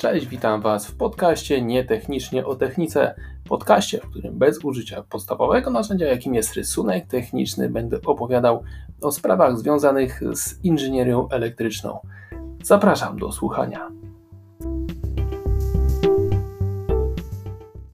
Cześć, witam Was w podcaście Nietechnicznie o technice. Podcaście, w którym bez użycia podstawowego narzędzia, jakim jest rysunek techniczny, będę opowiadał o sprawach związanych z inżynierią elektryczną. Zapraszam do słuchania.